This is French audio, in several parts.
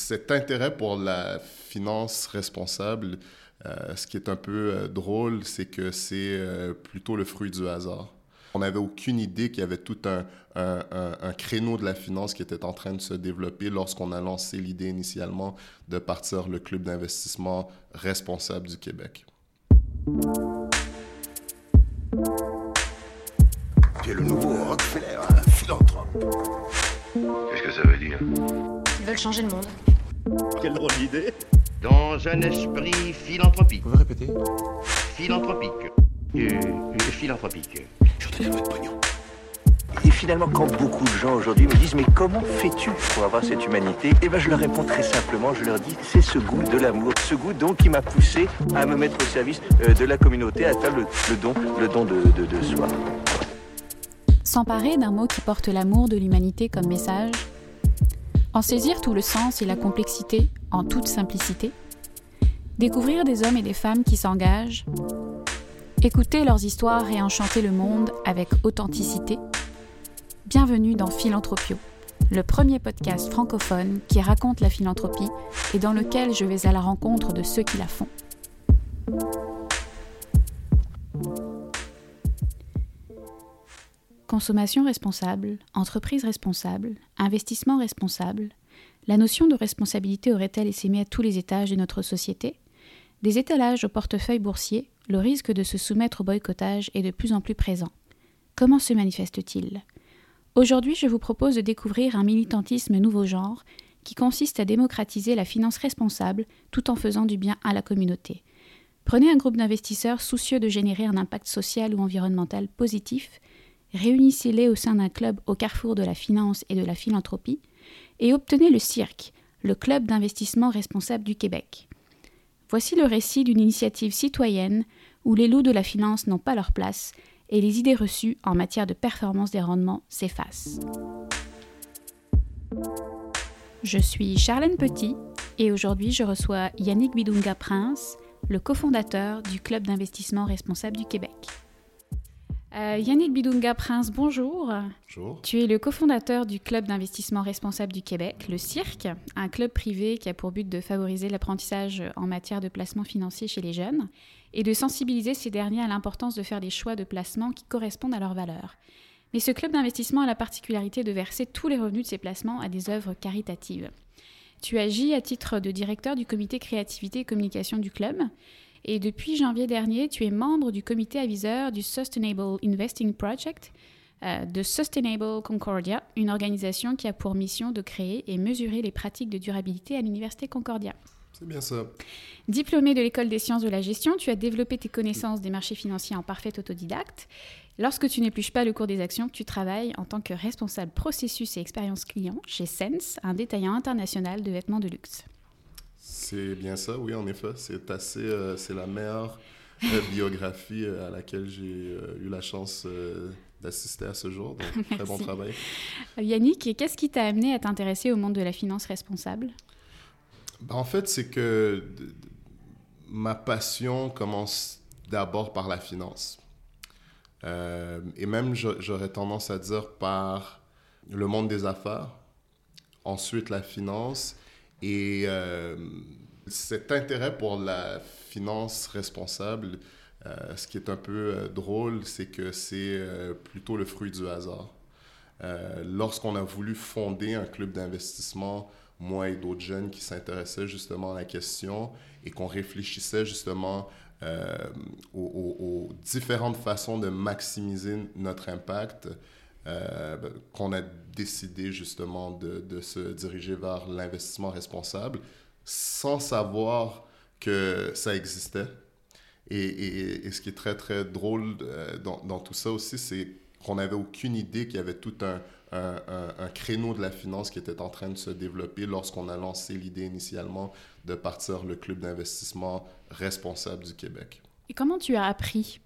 Cet intérêt pour la finance responsable, ce qui est un peu drôle, c'est que c'est plutôt le fruit du hasard. On n'avait aucune idée qu'il y avait tout un créneau de la finance qui était en train de se développer lorsqu'on a lancé l'idée initialement de partir le Club d'investissement responsable du Québec. Tu es le nouveau Rockefeller, un philanthrope. Qu'est-ce que ça veut dire? Ils veulent changer le monde. Quelle drôle d'idée. Dans un esprit philanthropique. Vous pouvez répéter? Philanthropique. Philanthropique. Je vous donne votre pognon. Et finalement, quand beaucoup de gens aujourd'hui me disent « Mais comment fais-tu pour avoir cette humanité ?» Eh bien, je leur réponds très simplement, je leur dis « C'est ce goût de l'amour, ce goût donc qui m'a poussé à me mettre au service de la communauté, à faire le don de soi. » S'emparer d'un mot qui porte l'amour de l'humanité comme message, en saisir tout le sens et la complexité en toute simplicité, découvrir des hommes et des femmes qui s'engagent, écouter leurs histoires et enchanter le monde avec authenticité. Bienvenue dans Philanthropio, le premier podcast francophone qui raconte la philanthropie et dans lequel je vais à la rencontre de ceux qui la font. Consommation responsable, entreprise responsable, investissement responsable, la notion de responsabilité aurait-elle essaimé à tous les étages de notre société? Des étalages au portefeuille boursier, le risque de se soumettre au boycottage est de plus en plus présent. Comment se manifeste-t-il? Aujourd'hui, je vous propose de découvrir un militantisme nouveau genre qui consiste à démocratiser la finance responsable tout en faisant du bien à la communauté. Prenez un groupe d'investisseurs soucieux de générer un impact social ou environnemental positif, réunissez-les au sein d'un club au carrefour de la finance et de la philanthropie et obtenez le CIRC, le Club d'investissement responsable du Québec. Voici le récit d'une initiative citoyenne où les loups de la finance n'ont pas leur place et les idées reçues en matière de performance des rendements s'effacent. Je suis Charlène Petit et aujourd'hui je reçois Yannick Bidunga-Prince, le cofondateur du Club d'investissement responsable du Québec. Yannick Bidunga-Prince, bonjour. Bonjour. Tu es le cofondateur du Club d'investissement responsable du Québec, le CIRC, un club privé qui a pour but de favoriser l'apprentissage en matière de placement financier chez les jeunes et de sensibiliser ces derniers à l'importance de faire des choix de placement qui correspondent à leurs valeurs. Mais ce club d'investissement a la particularité de verser tous les revenus de ses placements à des œuvres caritatives. Tu agis à titre de directeur du comité créativité et communication du club. Et depuis janvier dernier, tu es membre du comité aviseur du Sustainable Investing Project de Sustainable Concordia, une organisation qui a pour mission de créer et mesurer les pratiques de durabilité à l'Université Concordia. C'est bien ça. Diplômé de l'École des sciences de la gestion, tu as développé tes connaissances des marchés financiers en parfait autodidacte. Lorsque tu n'épluches pas le cours des actions, tu travailles en tant que responsable processus et expérience client chez Sense, un détaillant international de vêtements de luxe. C'est bien ça, oui, en effet. C'est la meilleure biographie à laquelle j'ai eu la chance d'assister à ce jour. Donc, très bon travail. Yannick, qu'est-ce qui t'a amené à t'intéresser au monde de la finance responsable? En fait, c'est que ma passion commence d'abord par la finance. Et même, j'aurais tendance à dire par le monde des affaires, ensuite la finance. Et cet intérêt pour la finance responsable, ce qui est un peu drôle, c'est que c'est plutôt le fruit du hasard. Lorsqu'on a voulu fonder un club d'investissement, moi et d'autres jeunes qui s'intéressaient justement à la question et qu'on réfléchissait justement aux différentes façons de maximiser notre impact, qu'on a décidé justement de se diriger vers l'investissement responsable sans savoir que ça existait. Et ce qui est très, très drôle dans tout ça aussi, c'est qu'on n'avait aucune idée qu'il y avait tout un créneau de la finance qui était en train de se développer lorsqu'on a lancé l'idée initialement de partir le Club d'investissement responsable du Québec. Et comment tu as appris?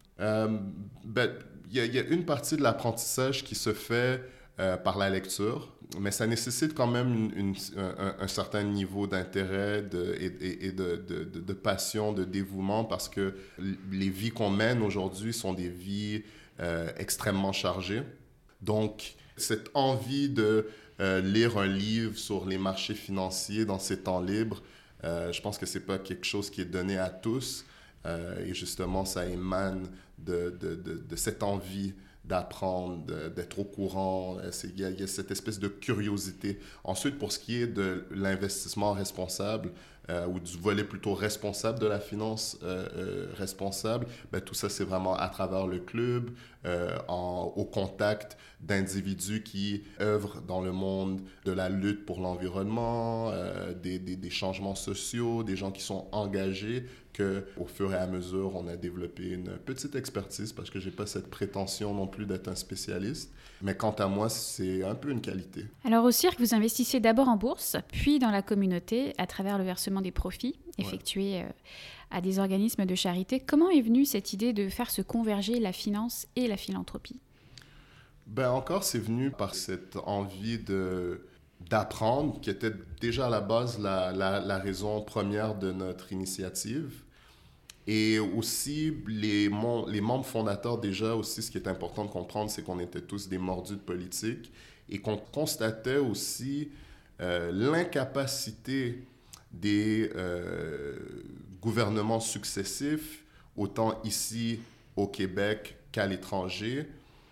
Il y a une partie de l'apprentissage qui se fait par la lecture, mais ça nécessite quand même un certain niveau d'intérêt et de passion, de dévouement, parce que les vies qu'on mène aujourd'hui sont des vies extrêmement chargées. Donc, cette envie de lire un livre sur les marchés financiers dans ses temps libres. Je pense que ce n'est pas quelque chose qui est donné à tous. Et justement, ça émane de cette envie d'apprendre, d'être au courant. Il y a cette espèce de curiosité. Ensuite, pour ce qui est de l'investissement responsable, ou du volet plutôt responsable de la finance responsable, ben, tout ça, c'est vraiment à travers le club, au contact d'individus qui œuvrent dans le monde de la lutte pour l'environnement, des changements sociaux, des gens qui sont engagés, qu'au fur et à mesure, on a développé une petite expertise, parce que je n'ai pas cette prétention non plus d'être un spécialiste. Mais quant à moi, c'est un peu une qualité. Alors au cirque, vous investissez d'abord en bourse, puis dans la communauté, à travers le versement des profits effectués à des organismes de charité. Comment est venue cette idée de faire se converger la finance et la philanthropie? Ben encore, c'est venu par cette envie d'apprendre, qui était déjà à la base la raison première de notre initiative. Et aussi, les membres fondateurs, déjà, aussi, ce qui est important de comprendre, c'est qu'on était tous des mordus de politique et qu'on constatait aussi l'incapacité des gouvernements successifs, autant ici au Québec qu'à l'étranger,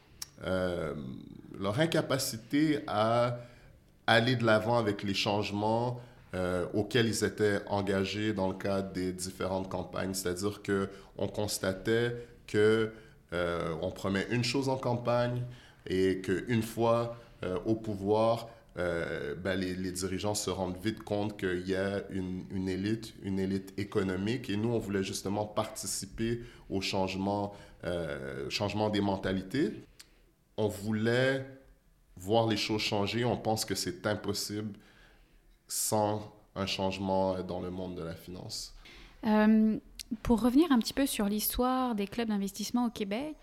leur incapacité à aller de l'avant avec les changements auxquels ils étaient engagés dans le cadre des différentes campagnes. C'est-à-dire qu'on constatait qu'on promet une chose en campagne et qu'une fois au pouvoir, les dirigeants se rendent vite compte qu'il y a une élite économique. Et nous, on voulait justement participer au changement des mentalités. On voulait voir les choses changer. On pense que c'est impossible sans un changement dans le monde de la finance. Pour revenir un petit peu sur l'histoire des clubs d'investissement au Québec,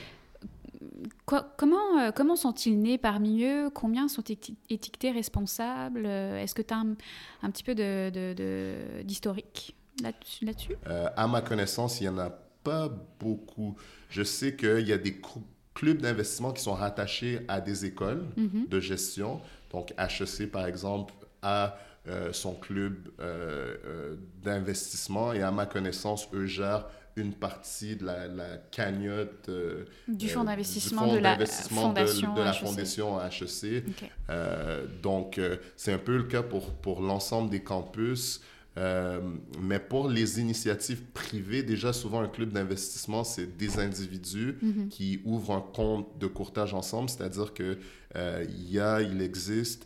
comment sont-ils nés parmi eux? Combien sont étiquetés responsables? Est-ce que tu as un petit peu d'historique là-dessus? À ma connaissance, il n'y en a pas beaucoup. Je sais qu'il y a des clubs d'investissement qui sont rattachés à des écoles de gestion. Donc, HEC, par exemple, a son club d'investissement et à ma connaissance, eux gèrent une partie de la cagnotte du fonds d'investissement de la fondation HEC. Okay. Donc, c'est un peu le cas pour l'ensemble des campus. Mais pour les initiatives privées, déjà souvent un club d'investissement, c'est des individus qui ouvrent un compte de courtage ensemble, c'est-à-dire qu'il existe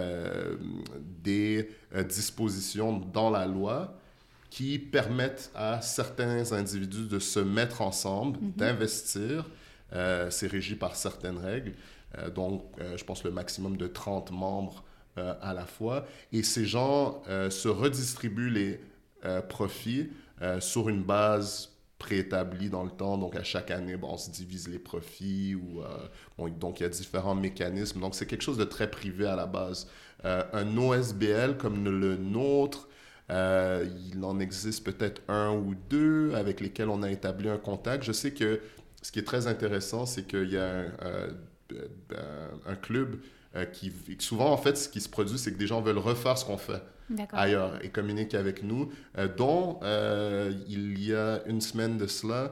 des dispositions dans la loi qui permettent à certains individus de se mettre ensemble, d'investir. C'est régi par certaines règles. Donc, je pense le maximum de 30 membres à la fois. Et ces gens se redistribuent les profits sur une base préétablie dans le temps. Donc, à chaque année, on se divise les profits. Donc, il y a différents mécanismes. Donc, c'est quelque chose de très privé à la base. Un OSBL comme le nôtre, il en existe peut-être un ou deux avec lesquels on a établi un contact. Je sais que ce qui est très intéressant, c'est qu'il y a un club qui souvent, en fait, ce qui se produit, c'est que des gens veulent refaire ce qu'on fait ailleurs et communiquer avec nous, dont il y a une semaine de cela,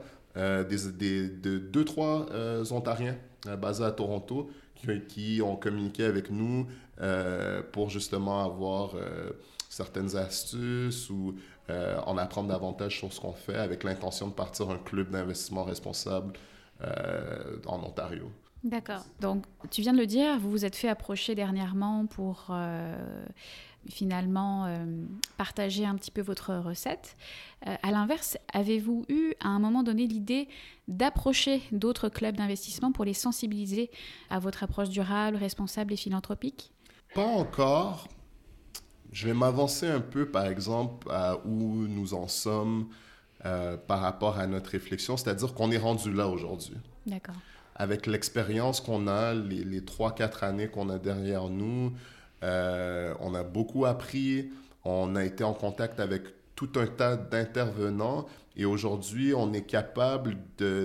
2-3 Ontariens basés à Toronto qui ont communiqué avec nous pour justement avoir certaines astuces ou en apprendre davantage sur ce qu'on fait avec l'intention de partir un club d'investissement responsable en Ontario. D'accord. Donc, tu viens de le dire, vous vous êtes fait approcher dernièrement pour finalement partager un petit peu votre recette. À l'inverse, avez-vous eu à un moment donné l'idée d'approcher d'autres clubs d'investissement pour les sensibiliser à votre approche durable, responsable et philanthropique? Pas encore. Je vais m'avancer un peu, par exemple, à où nous en sommes par rapport à notre réflexion, c'est-à-dire qu'on est rendu là aujourd'hui. D'accord. Avec l'expérience qu'on a, les 3-4 années qu'on a derrière nous, on a beaucoup appris, on a été en contact avec tout un tas d'intervenants et aujourd'hui, on est capable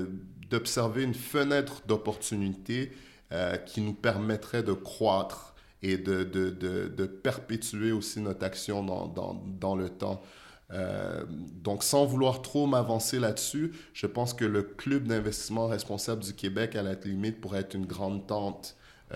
d'observer une fenêtre d'opportunité qui nous permettrait de croître et de perpétuer aussi notre action dans le temps. Donc, sans vouloir trop m'avancer là-dessus, je pense que le Club d'investissement responsable du Québec, à la limite, pourrait être une grande tente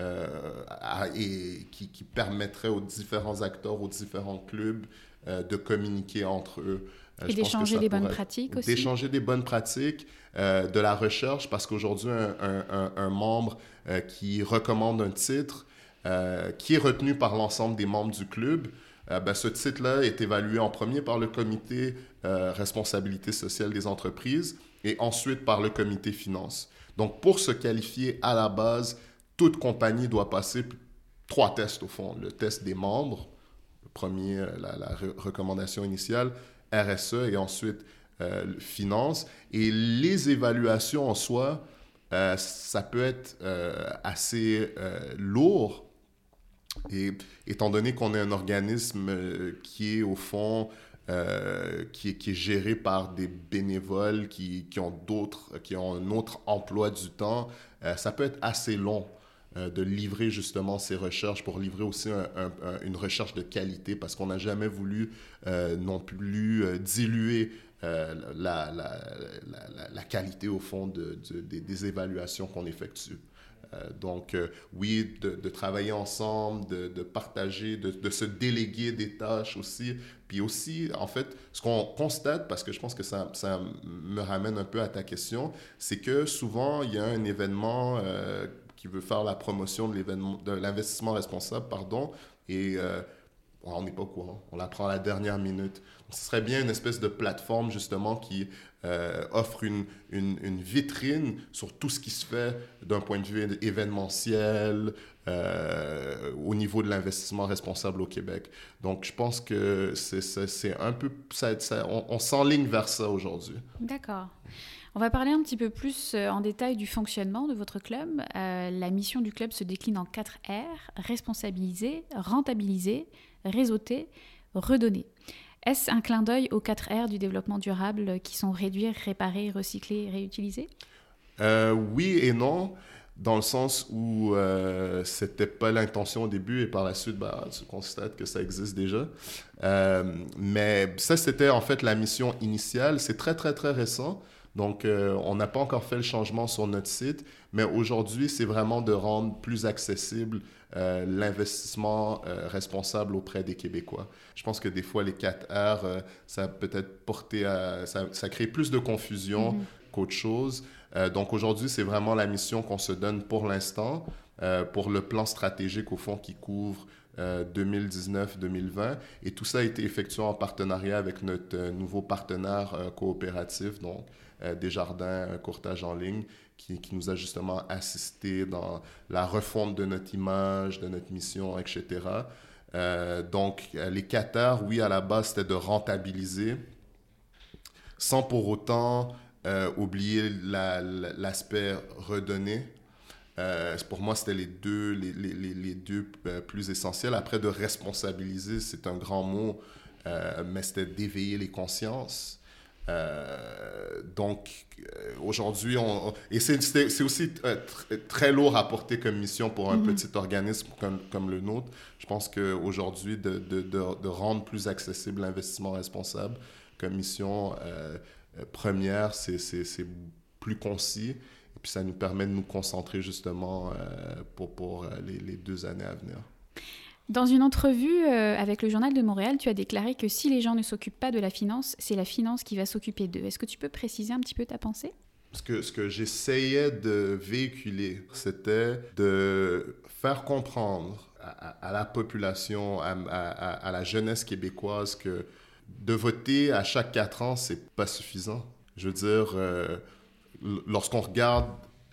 et qui permettrait aux différents acteurs, aux différents clubs de communiquer entre eux. Et d'échanger des bonnes pratiques aussi. D'échanger des bonnes pratiques, de la recherche, parce qu'aujourd'hui, un membre qui recommande un titre, qui est retenu par l'ensemble des membres du club, ce titre-là est évalué en premier par le comité responsabilité sociale des entreprises et ensuite par le comité finance. Donc, pour se qualifier à la base, toute compagnie doit passer 3 tests au fond. Le test des membres, le premier, la recommandation initiale, RSE et ensuite finance. Et les évaluations en soi, ça peut être assez lourd. Et étant donné qu'on est un organisme qui est au fond, qui est géré par des bénévoles qui ont un autre emploi du temps, ça peut être assez long de livrer justement ces recherches pour livrer aussi une recherche de qualité parce qu'on n'a jamais voulu non plus diluer la qualité au fond des évaluations qu'on effectue. Donc, oui, de travailler ensemble, de partager, de se déléguer des tâches aussi. Puis aussi, en fait, ce qu'on constate, parce que je pense que ça me ramène un peu à ta question, c'est que souvent, il y a un événement qui veut faire la promotion de l'investissement responsable, et on n'est pas au courant. On l'apprend à la dernière minute. Donc, ce serait bien une espèce de plateforme, justement, qui offre une vitrine sur tout ce qui se fait d'un point de vue événementiel au niveau de l'investissement responsable au Québec. Donc, je pense que c'est un peu... on s'enligne vers ça aujourd'hui. D'accord. On va parler un petit peu plus en détail du fonctionnement de votre club. La mission du club se décline en 4 R: responsabiliser, rentabiliser, réseauter, redonner. Est-ce un clin d'œil aux 4 R du développement durable qui sont réduire, réparer, recycler, réutiliser? Oui et non, dans le sens où c'était pas l'intention au début et par la suite, tu constates que ça existe déjà. Mais ça, c'était en fait la mission initiale. C'est très, très, très récent. Donc, on n'a pas encore fait le changement sur notre site, mais aujourd'hui, c'est vraiment de rendre plus accessible l'investissement responsable auprès des Québécois. Je pense que des fois, les 4 R, ça peut être porté à... Ça crée plus de confusion qu'autre chose. Donc, aujourd'hui, c'est vraiment la mission qu'on se donne pour l'instant, pour le plan stratégique, au fond, qui couvre 2019-2020. Et tout ça a été effectué en partenariat avec notre nouveau partenaire coopératif, donc Desjardins Courtage en ligne, qui nous a justement assisté dans la refonte de notre image, de notre mission, etc. Donc, les 4 R, oui, à la base, c'était de rentabiliser, sans pour autant oublier l'aspect redonner. Pour moi, c'était les deux plus essentiels. Après, de responsabiliser, c'est un grand mot, mais c'était d'éveiller les consciences. Donc, aujourd'hui, et c'est aussi très lourd à porter comme mission pour un petit organisme comme le nôtre. Je pense qu'aujourd'hui, de rendre plus accessible l'investissement responsable comme mission première, c'est plus concis. Et puis, ça nous permet de nous concentrer justement pour les 2 années à venir. Dans une entrevue avec le Journal de Montréal, tu as déclaré que si les gens ne s'occupent pas de la finance, c'est la finance qui va s'occuper d'eux. Est-ce que tu peux préciser un petit peu ta pensée? Ce que j'essayais de véhiculer, c'était de faire comprendre à la population, à la jeunesse québécoise que de voter à chaque 4 ans, c'est pas suffisant. Je veux dire, lorsqu'on regarde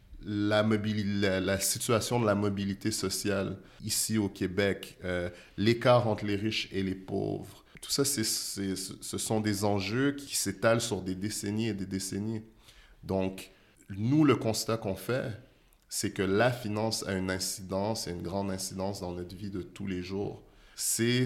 la situation de la mobilité sociale ici au Québec, l'écart entre les riches et les pauvres, tout ça, ce sont des enjeux qui s'étalent sur des décennies et des décennies. Donc, nous, le constat qu'on fait, c'est que la finance a une incidence, et une grande incidence dans notre vie de tous les jours. C'est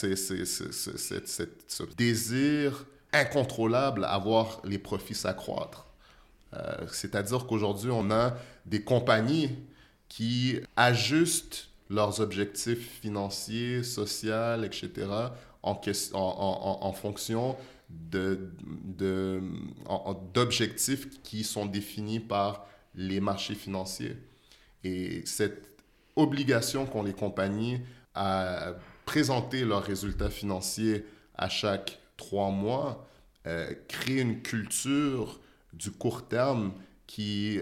ce désir incontrôlable à voir les profits s'accroître. C'est-à-dire qu'aujourd'hui, on a des compagnies qui ajustent leurs objectifs financiers, sociaux, etc., en fonction d'objectifs qui sont définis par les marchés financiers. Et cette obligation qu'ont les compagnies à présenter leurs résultats financiers à chaque 3 mois crée une culture du court terme qui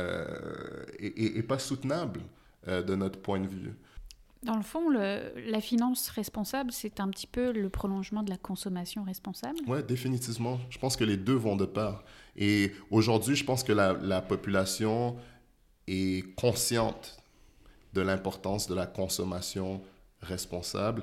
est pas soutenable de notre point de vue. Dans le fond, la finance responsable, c'est un petit peu le prolongement de la consommation responsable. Oui, définitivement. Je pense que les deux vont de pair. Et aujourd'hui, je pense que la population est consciente de l'importance de la consommation responsable.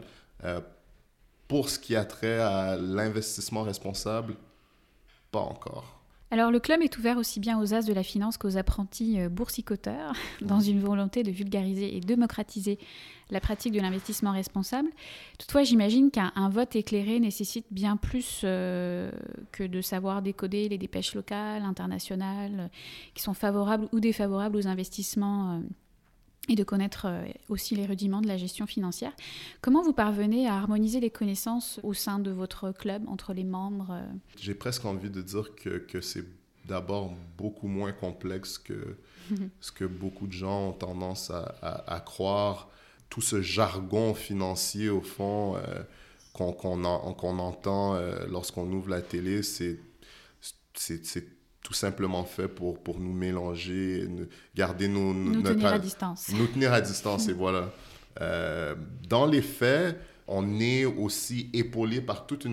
Pour ce qui a trait à l'investissement responsable, pas encore. Alors, le club est ouvert aussi bien aux as de la finance qu'aux apprentis boursicoteurs, dans une volonté de vulgariser et démocratiser la pratique de l'investissement responsable. Toutefois, j'imagine qu'un vote éclairé nécessite bien plus que de savoir décoder les dépêches locales, internationales, qui sont favorables ou défavorables aux investissements et de connaître aussi les rudiments de la gestion financière. Comment vous parvenez à harmoniser les connaissances au sein de votre club, entre les membres J'ai presque envie de dire que c'est d'abord beaucoup moins complexe que ce que beaucoup de gens ont tendance à croire. Tout ce jargon financier, au fond, qu'on entend lorsqu'on ouvre la télé, c'est tout simplement fait pour nous mélanger, garder nous tenir à distance. Nous tenir à distance, et voilà. Dans les faits, on est aussi épaulé par toute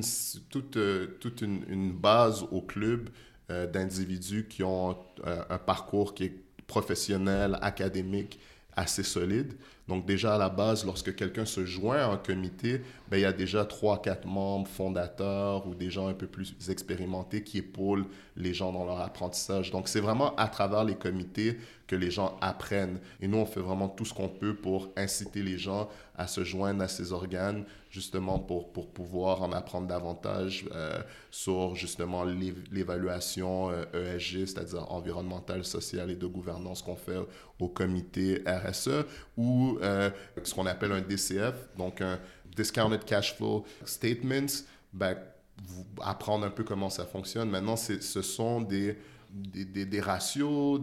une base au club d'individus qui ont un parcours qui est professionnel, académique, assez solide. Donc déjà à la base, lorsque quelqu'un se joint à un comité, ben, il y a déjà 3-4 membres fondateurs ou des gens un peu plus expérimentés qui épaulent les gens dans leur apprentissage. Donc c'est vraiment à travers les comités que les gens apprennent. Et nous, on fait vraiment tout ce qu'on peut pour inciter les gens à se joindre à ces organes, justement pour pouvoir en apprendre davantage sur justement l'évaluation ESG, c'est-à-dire environnementale, sociale et de gouvernance qu'on fait au comité RSE, ou ce qu'on appelle un DCF, donc un Discounted Cash Flow Statements, ben, apprendre un peu comment ça fonctionne. Maintenant, ce sont des ratios,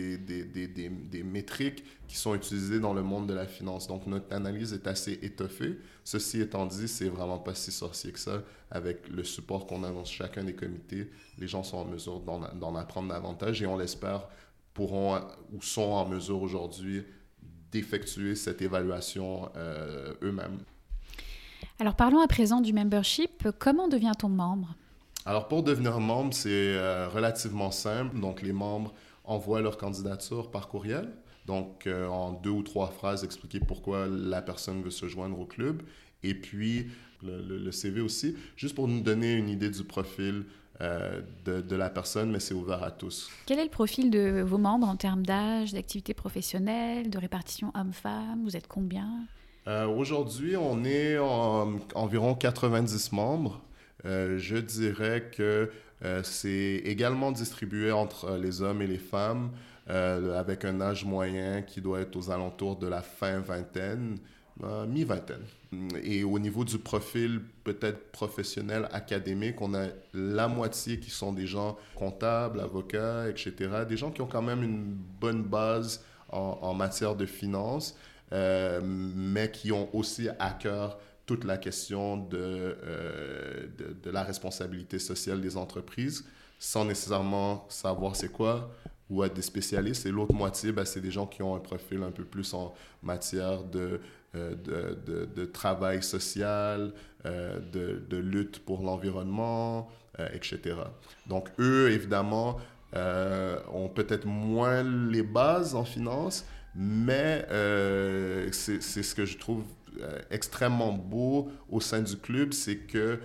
des métriques qui sont utilisées dans le monde de la finance. Donc, notre analyse est assez étoffée. Ceci étant dit, c'est vraiment pas si sorcier que ça. Avec le support qu'on a dans chacun des comités, les gens sont en mesure d'en apprendre davantage et on l'espère pourront ou sont en mesure aujourd'hui d'effectuer cette évaluation eux-mêmes. Alors parlons à présent du membership. Comment devient-on membre ? Alors pour devenir membre, c'est relativement simple. Donc les membres envoient leur candidature par courriel. Donc en 2 ou 3 phrases, expliquer pourquoi la personne veut se joindre au club. Et puis le CV aussi, juste pour nous donner une idée du profil de la personne, mais c'est ouvert à tous. Quel est le profil de vos membres en termes d'âge, d'activité professionnelle, de répartition homme-femme ? Vous êtes combien ? Aujourd'hui, on est environ 90 membres. Je dirais que c'est également distribué entre les hommes et les femmes, avec un âge moyen qui doit être aux alentours de la fin vingtaine, mi-vingtaine. Et au niveau du profil peut-être professionnel, académique, on a la moitié qui sont des gens comptables, avocats, etc. Des gens qui ont quand même une bonne base en matière de finance, mais qui ont aussi à cœur toute la question de la responsabilité sociale des entreprises, sans nécessairement savoir c'est quoi, ou être des spécialistes. Et l'autre moitié, ben, c'est des gens qui ont un profil un peu plus en matière de travail social, de lutte pour l'environnement, etc. Donc, eux, évidemment, ont peut-être moins les bases en finance, mais c'est ce que je trouve extrêmement beau au sein du club, c'est que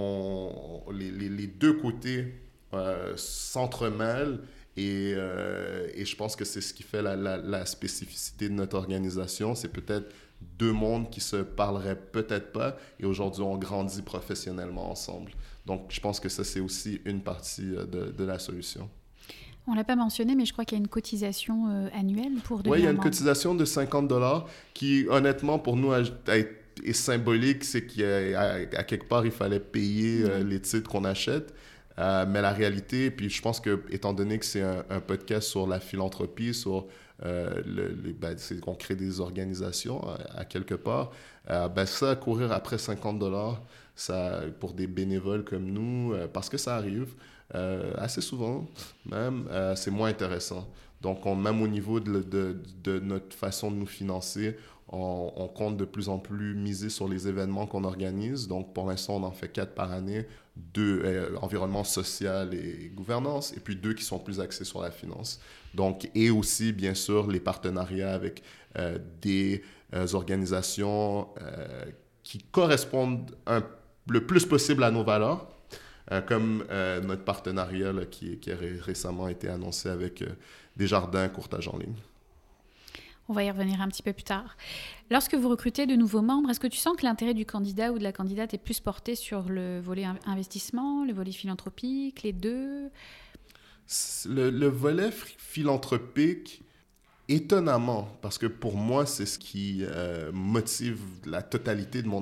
les deux côtés s'entremêlent et je pense que c'est ce qui fait la spécificité de notre organisation. C'est peut-être 2 mondes qui se parleraient peut-être pas et aujourd'hui on grandit professionnellement ensemble. Donc je pense que ça c'est aussi une partie de la solution. On ne l'a pas mentionné, mais je crois qu'il y a une cotisation annuelle pour devenir Oui, il y a une membre. cotisation de $50 qui, honnêtement, pour nous, est symbolique. C'est qu'à quelque part, il fallait payer les titres qu'on achète. Mais la réalité, puis je pense que, étant donné que c'est un podcast sur la philanthropie, sur c'est qu'on crée des organisations à quelque part, ça, courir après $50, ça, pour des bénévoles comme nous, parce que ça arrive assez souvent, même, c'est moins intéressant. Donc, même au niveau de notre façon de nous financer, on compte de plus en plus miser sur les événements qu'on organise. Donc, pour l'instant, on en fait 4 par année, 2 environnement social et gouvernance, et puis 2 qui sont plus axés sur la finance. Donc, et aussi, bien sûr, les partenariats avec des organisations qui correspondent le plus possible à nos valeurs, comme notre partenariat là, qui a récemment été annoncé avec Desjardins Courtage en ligne. On va y revenir un petit peu plus tard. Lorsque vous recrutez de nouveaux membres, est-ce que tu sens que l'intérêt du candidat ou de la candidate est plus porté sur le volet investissement, le volet philanthropique, les deux? Le volet philanthropique, étonnamment, parce que pour moi, c'est ce qui motive la totalité de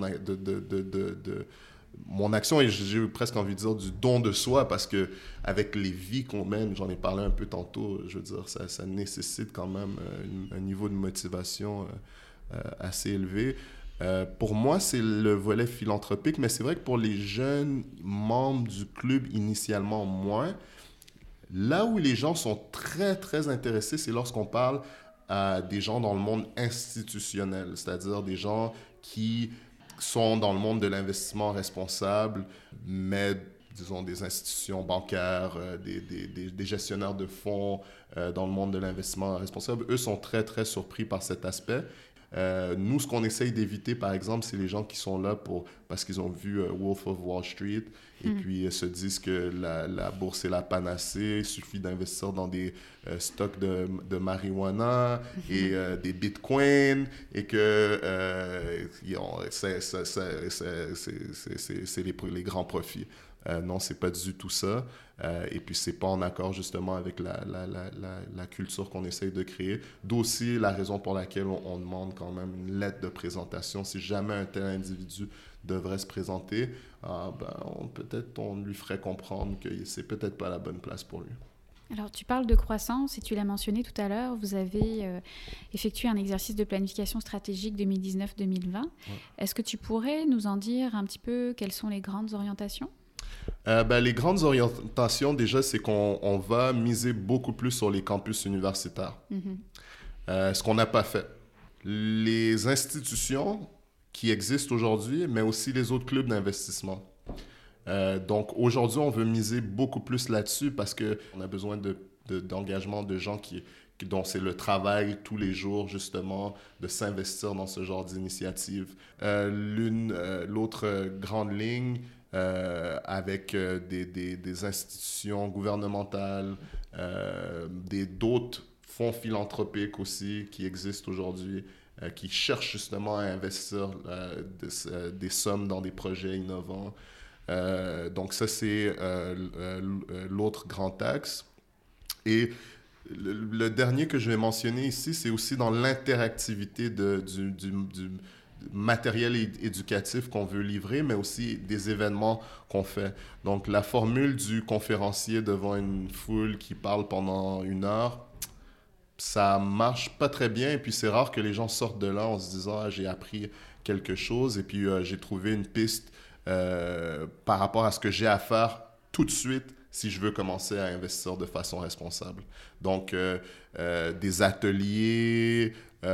mon action, et j'ai presque envie de dire du don de soi, parce que avec les vies qu'on mène, j'en ai parlé un peu tantôt, je veux dire, ça nécessite quand même un niveau de motivation assez élevé. Pour moi, c'est le volet philanthropique, mais c'est vrai que pour les jeunes membres du club, initialement moins. Là où les gens sont très, très intéressés, c'est lorsqu'on parle à des gens dans le monde institutionnel, c'est-à-dire des gens qui sont dans le monde de l'investissement responsable, mais disons des institutions bancaires, des gestionnaires de fonds dans le monde de l'investissement responsable. Eux sont très, très surpris par cet aspect. Nous, ce qu'on essaye d'éviter, par exemple, c'est les gens qui sont là parce qu'ils ont vu Wolf of Wall Street et puis se disent que la bourse est la panacée, il suffit d'investir dans des stocks de marijuana et des bitcoins et que c'est les grands profits. Non, c'est pas du tout ça. Et puis, c'est pas en accord justement avec la culture qu'on essaye de créer. D'où aussi la raison pour laquelle on demande quand même une lettre de présentation. Si jamais un tel individu devrait se présenter, peut-être on lui ferait comprendre que c'est peut-être pas la bonne place pour lui. Alors, tu parles de croissance et tu l'as mentionné tout à l'heure, vous avez effectué un exercice de planification stratégique 2019-2020. Ouais. Est-ce que tu pourrais nous en dire un petit peu quelles sont les grandes orientations? Les grandes orientations, déjà, c'est qu'on va miser beaucoup plus sur les campus universitaires. Ce qu'on n'a pas fait. Les institutions qui existent aujourd'hui, mais aussi les autres clubs d'investissement. Donc, aujourd'hui, on veut miser beaucoup plus là-dessus parce qu'on a besoin d'engagement de gens dont c'est le travail tous les jours, justement, de s'investir dans ce genre d'initiative. L'autre grande ligne, avec des institutions gouvernementales, d'autres fonds philanthropiques aussi qui existent aujourd'hui, qui cherchent justement à investir des sommes dans des projets innovants. Donc ça, c'est l'autre grand axe. Et le dernier que je vais mentionner ici, c'est aussi dans l'interactivité du matériel éducatif qu'on veut livrer, mais aussi des événements qu'on fait. Donc, la formule du conférencier devant une foule qui parle pendant 1 heure, ça marche pas très bien. Et puis, c'est rare que les gens sortent de là en se disant « Ah, j'ai appris quelque chose et puis j'ai trouvé une piste par rapport à ce que j'ai à faire tout de suite si je veux commencer à investir de façon responsable. » Donc, des ateliers,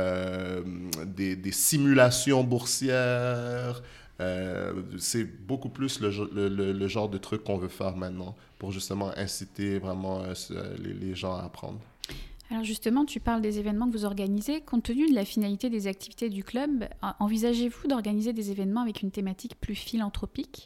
des simulations boursières, c'est beaucoup plus le genre de truc qu'on veut faire maintenant pour justement inciter vraiment les gens à apprendre. Alors justement, tu parles des événements que vous organisez. Compte tenu de la finalité des activités du club, envisagez-vous d'organiser des événements avec une thématique plus philanthropique?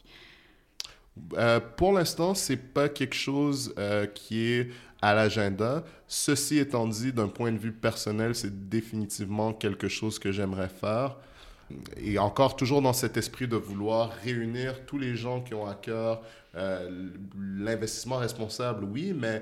Pour l'instant, c'est pas quelque chose qui est à l'agenda. Ceci étant dit, d'un point de vue personnel, c'est définitivement quelque chose que j'aimerais faire. Et encore toujours dans cet esprit de vouloir réunir tous les gens qui ont à cœur l'investissement responsable, oui, mais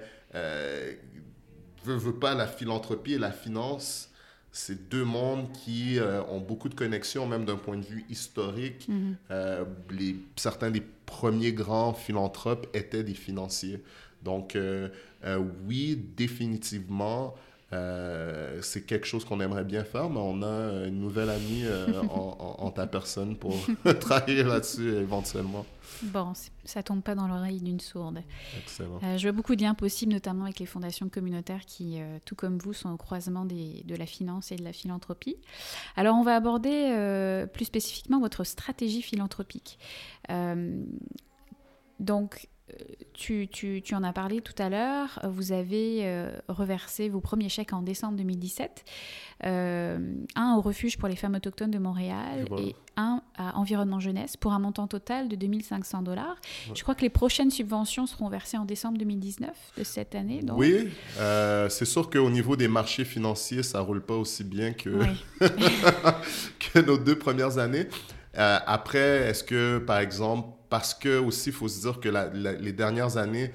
veut pas la philanthropie et la finance, c'est deux mondes qui ont beaucoup de connexions, même d'un point de vue historique. Certains des premiers grands philanthropes étaient des financiers. Donc, oui, définitivement, c'est quelque chose qu'on aimerait bien faire, mais on a une nouvelle amie en ta personne pour travailler là-dessus éventuellement. Bon, ça tombe pas dans l'oreille d'une sourde. Excellent. Je vois beaucoup de liens possibles, notamment avec les fondations communautaires qui, tout comme vous, sont au croisement de la finance et de la philanthropie. Alors, on va aborder plus spécifiquement votre stratégie philanthropique. Donc, tu en as parlé tout à l'heure. Vous avez reversé vos premiers chèques en décembre 2017. Un au refuge pour les femmes autochtones de Montréal et un à Environnement Jeunesse pour un montant total de 2 500 $. Ouais. Je crois que les prochaines subventions seront versées en décembre 2019 de cette année. Donc. Oui, c'est sûr qu'au niveau des marchés financiers, ça ne roule pas aussi bien que, oui. que nos 2 premières années. Après, est-ce que, par exemple, parce que aussi, il faut se dire que les dernières années,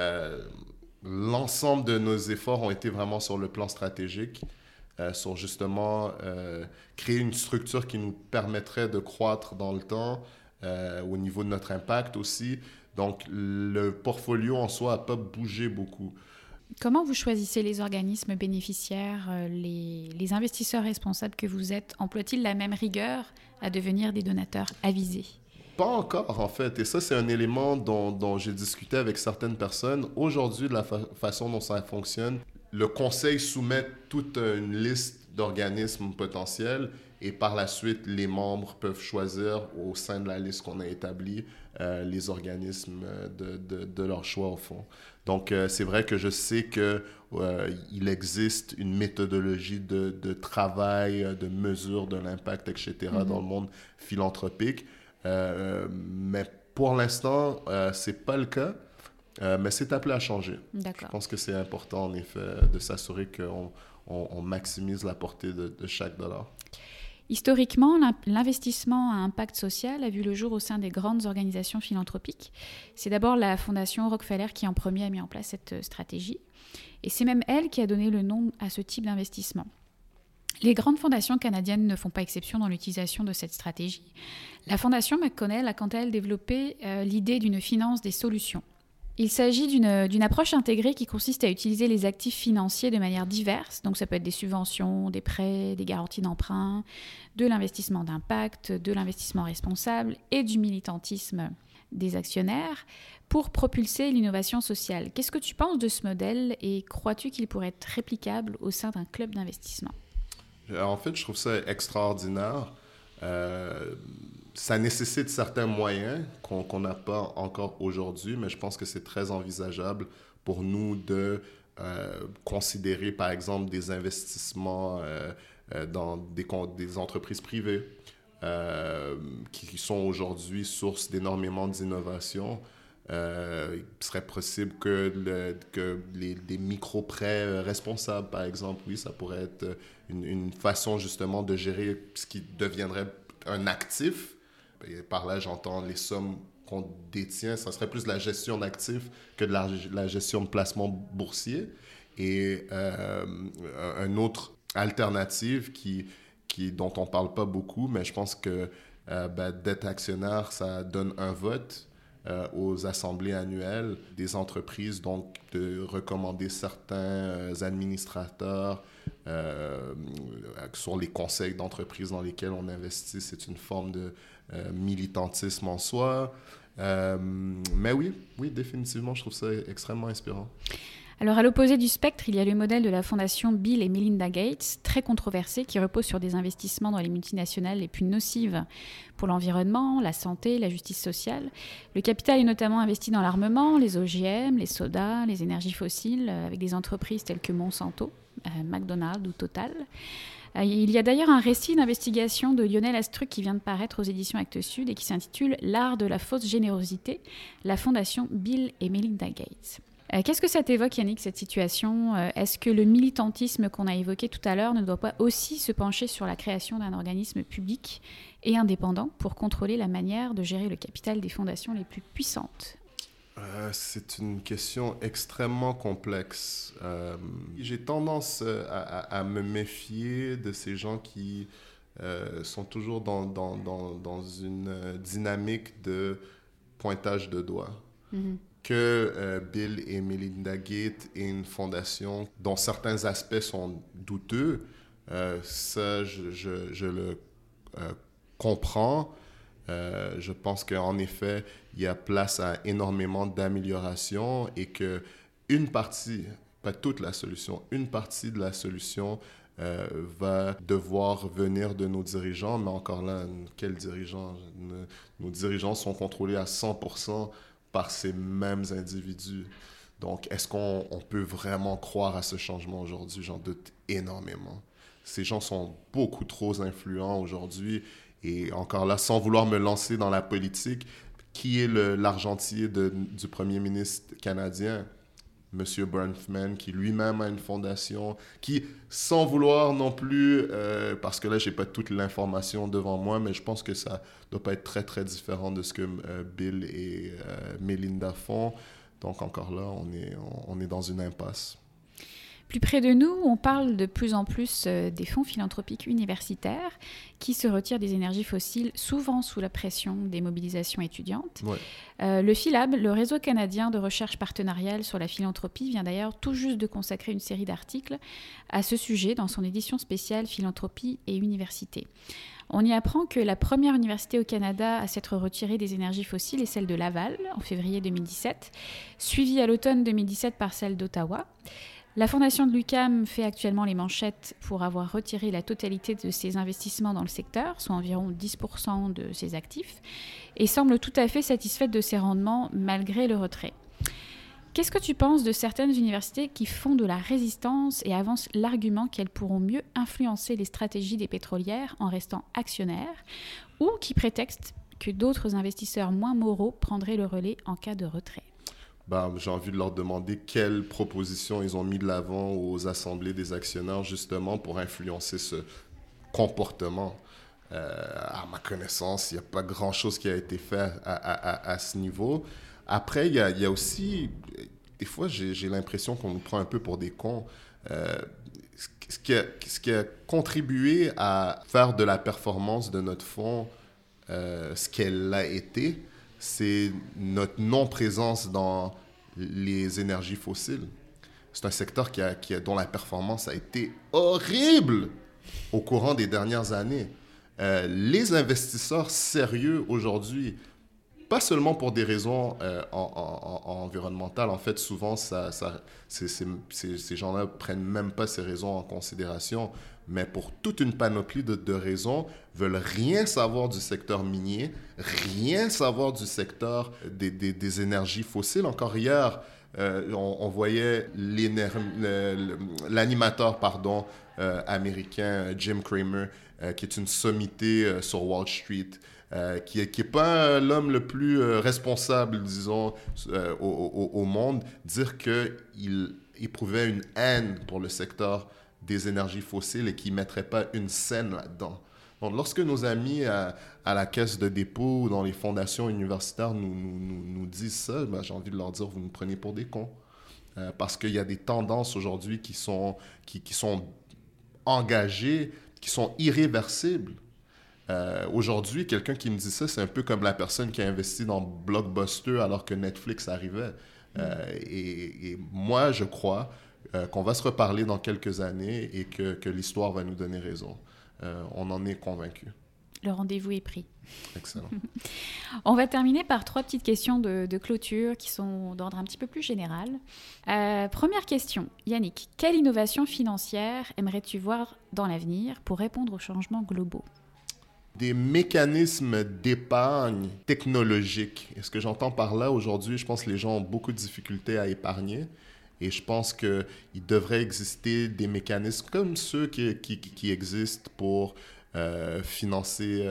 l'ensemble de nos efforts ont été vraiment sur le plan stratégique, sur justement créer une structure qui nous permettrait de croître dans le temps, au niveau de notre impact aussi. Donc, le portfolio en soi n'a pas bougé beaucoup. Comment vous choisissez les organismes bénéficiaires, les investisseurs responsables que vous êtes? Emploient-ils la même rigueur à devenir des donateurs avisés? Pas encore, en fait. Et ça, c'est un élément dont j'ai discuté avec certaines personnes. Aujourd'hui, de la façon dont ça fonctionne, le conseil soumet toute une liste d'organismes potentiels et par la suite, les membres peuvent choisir au sein de la liste qu'on a établie les organismes de leur choix, au fond. Donc, c'est vrai que je sais qu'il existe une méthodologie de travail, de mesure de l'impact, etc. dans le monde philanthropique. Mais pour l'instant, ce n'est pas le cas, mais c'est appelé à changer. D'accord. Je pense que c'est important, en effet, de s'assurer qu'on maximise la portée de chaque dollar. Historiquement, l'investissement à impact social a vu le jour au sein des grandes organisations philanthropiques. C'est d'abord la Fondation Rockefeller qui en premier a mis en place cette stratégie. Et c'est même elle qui a donné le nom à ce type d'investissement. Les grandes fondations canadiennes ne font pas exception dans l'utilisation de cette stratégie. La Fondation McConnell a quant à elle développé l'idée d'une finance des solutions. Il s'agit d'une approche intégrée qui consiste à utiliser les actifs financiers de manière diverse. Donc ça peut être des subventions, des prêts, des garanties d'emprunt, de l'investissement d'impact, de l'investissement responsable et du militantisme des actionnaires pour propulser l'innovation sociale. Qu'est-ce que tu penses de ce modèle et crois-tu qu'il pourrait être réplicable au sein d'un club d'investissement? En fait, je trouve ça extraordinaire. Ça nécessite certains moyens qu'on n'a pas encore aujourd'hui, mais je pense que c'est très envisageable pour nous de considérer, par exemple, des investissements dans des entreprises privées qui sont aujourd'hui source d'énormément d'innovation. Il serait possible que des micro-prêts responsables, par exemple, oui, ça pourrait être une façon justement de gérer ce qui deviendrait un actif. Et par là, j'entends les sommes qu'on détient. Ça serait plus de la gestion d'actifs que de la gestion de placements boursiers. Et une autre alternative dont on ne parle pas beaucoup, mais je pense que d'être actionnaire, ça donne un vote aux assemblées annuelles des entreprises, donc de recommander certains administrateurs sur les conseils d'entreprise dans lesquels on investit. C'est une forme de militantisme en soi. Mais oui, définitivement, je trouve ça extrêmement inspirant. Alors, à l'opposé du spectre, il y a le modèle de la fondation Bill et Melinda Gates, très controversé, qui repose sur des investissements dans les multinationales les plus nocives pour l'environnement, la santé, la justice sociale. Le capital est notamment investi dans l'armement, les OGM, les sodas, les énergies fossiles, avec des entreprises telles que Monsanto, McDonald's ou Total. Il y a d'ailleurs un récit d'investigation de Lionel Astruc qui vient de paraître aux éditions Actes Sud et qui s'intitule « L'art de la fausse générosité, la fondation Bill et Melinda Gates ». Qu'est-ce que ça t'évoque, Yannick, cette situation ? Est-ce que le militantisme qu'on a évoqué tout à l'heure ne doit pas aussi se pencher sur la création d'un organisme public et indépendant pour contrôler la manière de gérer le capital des fondations les plus puissantes ? C'est une question extrêmement complexe. J'ai tendance à me méfier de ces gens qui sont toujours dans une dynamique de pointage de doigts. Mm-hmm. Que Bill et Melinda Gates aient une fondation dont certains aspects sont douteux, ça, je le comprends. Je pense qu'en effet, il y a place à énormément d'améliorations et qu'une partie, pas toute la solution, une partie de la solution va devoir venir de nos dirigeants. Mais encore là, quels dirigeants? Nos dirigeants sont contrôlés à 100% par ces mêmes individus. Donc, est-ce qu'on peut vraiment croire à ce changement aujourd'hui? J'en doute énormément. Ces gens sont beaucoup trop influents aujourd'hui. Et encore là, sans vouloir me lancer dans la politique, qui est l'argentier du premier ministre canadien? M. Bronfman, qui lui-même a une fondation, qui, sans vouloir non plus, parce que là, je n'ai pas toute l'information devant moi, mais je pense que ça ne doit pas être très, très différent de ce que Bill et Melinda font. Donc, encore là, on est dans une impasse. Plus près de nous, on parle de plus en plus des fonds philanthropiques universitaires qui se retirent des énergies fossiles, souvent sous la pression des mobilisations étudiantes. Ouais. Le Philab, le réseau canadien de recherche partenariale sur la philanthropie, vient d'ailleurs tout juste de consacrer une série d'articles à ce sujet dans son édition spéciale Philanthropie et université. On y apprend que la première université au Canada à s'être retirée des énergies fossiles est celle de Laval, en février 2017, suivie à l'automne 2017 par celle d'Ottawa. La fondation de l'UQAM fait actuellement les manchettes pour avoir retiré la totalité de ses investissements dans le secteur, soit environ 10% de ses actifs, et semble tout à fait satisfaite de ses rendements malgré le retrait. Qu'est-ce que tu penses de certaines universités qui font de la résistance et avancent l'argument qu'elles pourront mieux influencer les stratégies des pétrolières en restant actionnaires, ou qui prétextent que d'autres investisseurs moins moraux prendraient le relais en cas de retrait ? J'ai envie de leur demander quelles propositions ils ont mis de l'avant aux assemblées des actionnaires, justement, pour influencer ce comportement. À ma connaissance, il n'y a pas grand-chose qui a été fait à ce niveau. Après, il y a aussi... Des fois, j'ai l'impression qu'on nous prend un peu pour des cons. Ce qui a contribué à faire de la performance de notre fonds ce qu'elle a été, c'est notre non-présence dans les énergies fossiles. C'est un secteur dont la performance a été horrible au courant des dernières années. Les investisseurs sérieux aujourd'hui, pas seulement pour des raisons environnementales, en fait, souvent, ces gens-là ne prennent même pas ces raisons en considération, mais pour toute une panoplie de raisons, veulent rien savoir du secteur minier, rien savoir du secteur des énergies fossiles. Encore hier, on voyait l'animateur américain Jim Cramer, qui est une sommité sur Wall Street, qui n'est pas l'homme le plus responsable, disons, au monde, dire qu'il éprouvait une haine pour le secteur des énergies fossiles et qu'il ne mettrait pas une scène là-dedans. Donc, lorsque nos amis à la caisse de dépôt ou dans les fondations universitaires nous disent ça, j'ai envie de leur dire, vous nous prenez pour des cons. Parce qu'il y a des tendances aujourd'hui qui sont engagées, qui sont irréversibles. Aujourd'hui, quelqu'un qui me dit ça, c'est un peu comme la personne qui a investi dans Blockbuster alors que Netflix arrivait. Et moi, je crois qu'on va se reparler dans quelques années et que l'histoire va nous donner raison. On en est convaincus. Le rendez-vous est pris. Excellent. On va terminer par 3 petites questions de clôture qui sont d'ordre un petit peu plus général. Première question, Yannick. Quelle innovation financière aimerais-tu voir dans l'avenir pour répondre aux changements globaux ? Des mécanismes d'épargne technologique. Et ce que j'entends par là aujourd'hui, je pense que les gens ont beaucoup de difficultés à épargner. Et je pense qu'il devrait exister des mécanismes comme ceux qui existent pour financer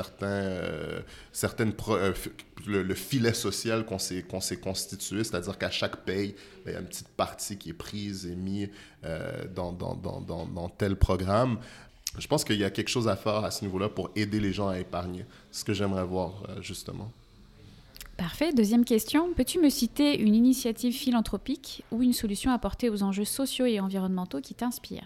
le filet social qu'on s'est constitué, c'est-à-dire qu'à chaque paye, il y a une petite partie qui est prise et mise dans tel programme. Je pense qu'il y a quelque chose à faire à ce niveau-là pour aider les gens à épargner. C'est ce que j'aimerais voir, justement. Parfait. Deuxième question. Peux-tu me citer une initiative philanthropique ou une solution apportée aux enjeux sociaux et environnementaux qui t'inspire?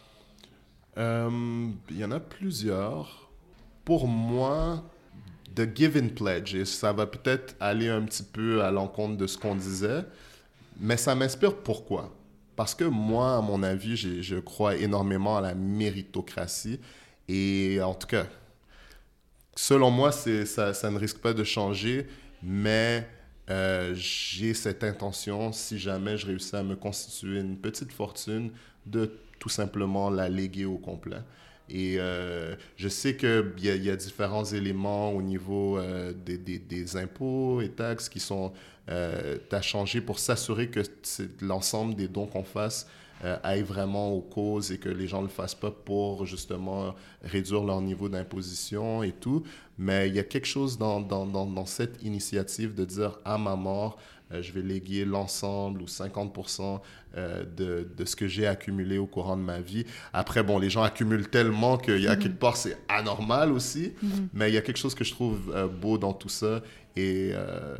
Il y en a plusieurs. Pour moi, The Giving Pledge, et ça va peut-être aller un petit peu à l'encontre de ce qu'on disait, mais ça m'inspire pourquoi? Parce que moi, à mon avis, je crois énormément à la méritocratie. Et en tout cas, selon moi, ça ne risque pas de changer, mais j'ai cette intention, si jamais je réussis à me constituer une petite fortune, de tout simplement la léguer au complet. Et je sais qu'il y a différents éléments au niveau des impôts et taxes qui sont à changer pour s'assurer que l'ensemble des dons qu'on fasse aillent vraiment aux causes et que les gens ne le fassent pas pour justement réduire leur niveau d'imposition et tout. Mais il y a quelque chose dans cette initiative de dire à ma mort, je vais léguer l'ensemble ou 50% de ce que j'ai accumulé au courant de ma vie. Après, bon, les gens accumulent tellement qu'il y a quelque part, c'est anormal aussi, mais il y a quelque chose que je trouve beau dans tout ça et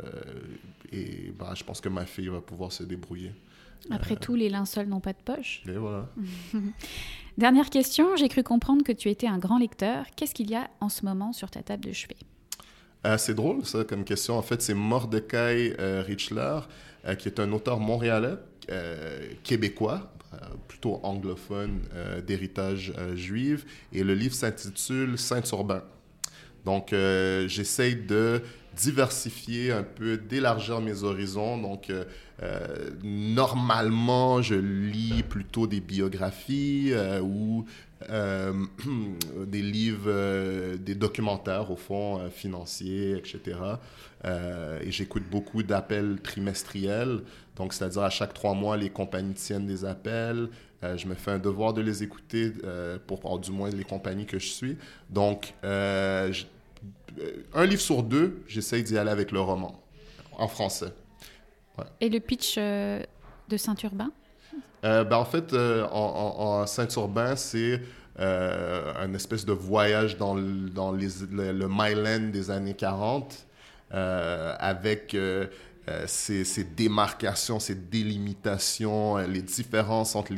je pense que ma fille va pouvoir se débrouiller. Après tout, les linceuls n'ont pas de poche. Et voilà. Dernière question, j'ai cru comprendre que tu étais un grand lecteur. Qu'est-ce qu'il y a en ce moment sur ta table de chevet? C'est drôle, ça, comme question. En fait, c'est Mordecai Richler, qui est un auteur montréalais, québécois, plutôt anglophone, d'héritage juif. Et le livre s'intitule « Saint-Urbain ». Donc, j'essaye de diversifier un peu, d'élargir mes horizons. Donc, normalement, je lis plutôt des biographies ou des livres, des documentaires, au fond, financiers, etc. Et j'écoute beaucoup d'appels trimestriels. Donc, c'est-à-dire à chaque 3 mois, les compagnies tiennent des appels. Je me fais un devoir de les écouter pour du moins les compagnies que je suis. Donc, un livre sur 2, j'essaye d'y aller avec le roman, en français. Ouais. Et le pitch de Saint-Urbain? En fait, en Saint-Urbain, c'est un espèce de voyage dans le Myland des années 40, avec ces démarcations, ces délimitations, les différences entre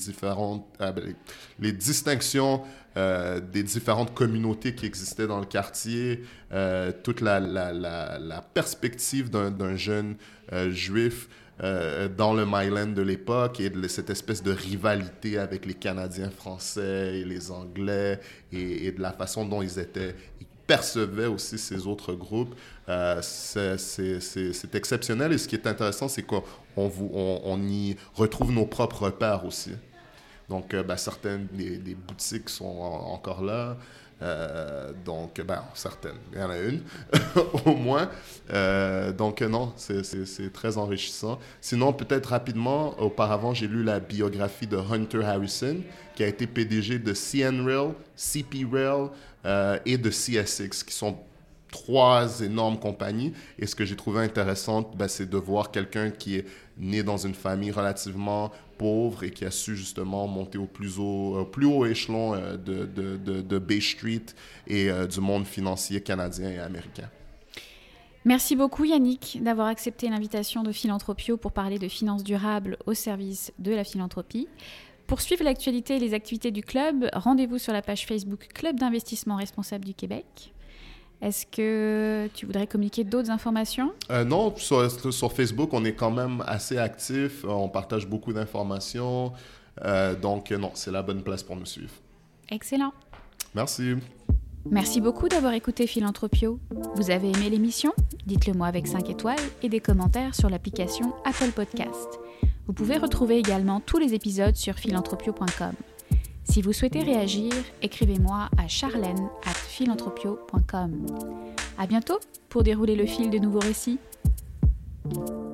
les distinctions des différentes communautés qui existaient dans le quartier, toute la perspective d'un jeune juif dans le Myland de l'époque et de cette espèce de rivalité avec les Canadiens français et les Anglais et de la façon dont ils percevaient aussi ces autres groupes. C'est exceptionnel et ce qui est intéressant, c'est qu'on y retrouve nos propres repères aussi. Donc, certaines des boutiques sont encore là. Donc, certaines. Il y en a une, au moins. Donc, non, c'est très enrichissant. Sinon, peut-être rapidement, auparavant, j'ai lu la biographie de Hunter Harrison, qui a été PDG de CN Rail, CP Rail et de CSX, qui sont 3 énormes compagnies. Et ce que j'ai trouvé intéressant, c'est de voir quelqu'un qui est né dans une famille relativement pauvre et qui a su justement monter au plus haut échelon de Bay Street et du monde financier canadien et américain. Merci beaucoup Yannick d'avoir accepté l'invitation de Philanthropio pour parler de finances durables au service de la philanthropie. Pour suivre l'actualité et les activités du club, rendez-vous sur la page Facebook Club d'investissement responsable du Québec. Est-ce que tu voudrais communiquer d'autres informations? Non, sur Facebook, on est quand même assez actif. On partage beaucoup d'informations. Donc, non, c'est la bonne place pour nous suivre. Excellent. Merci. Merci beaucoup d'avoir écouté Philanthropio. Vous avez aimé l'émission? Dites-le moi avec 5 étoiles et des commentaires sur l'application Apple Podcast. Vous pouvez retrouver également tous les épisodes sur philanthropio.com. Si vous souhaitez réagir, écrivez-moi à charlène@philanthropio.com. À bientôt pour dérouler le fil de nouveaux récits.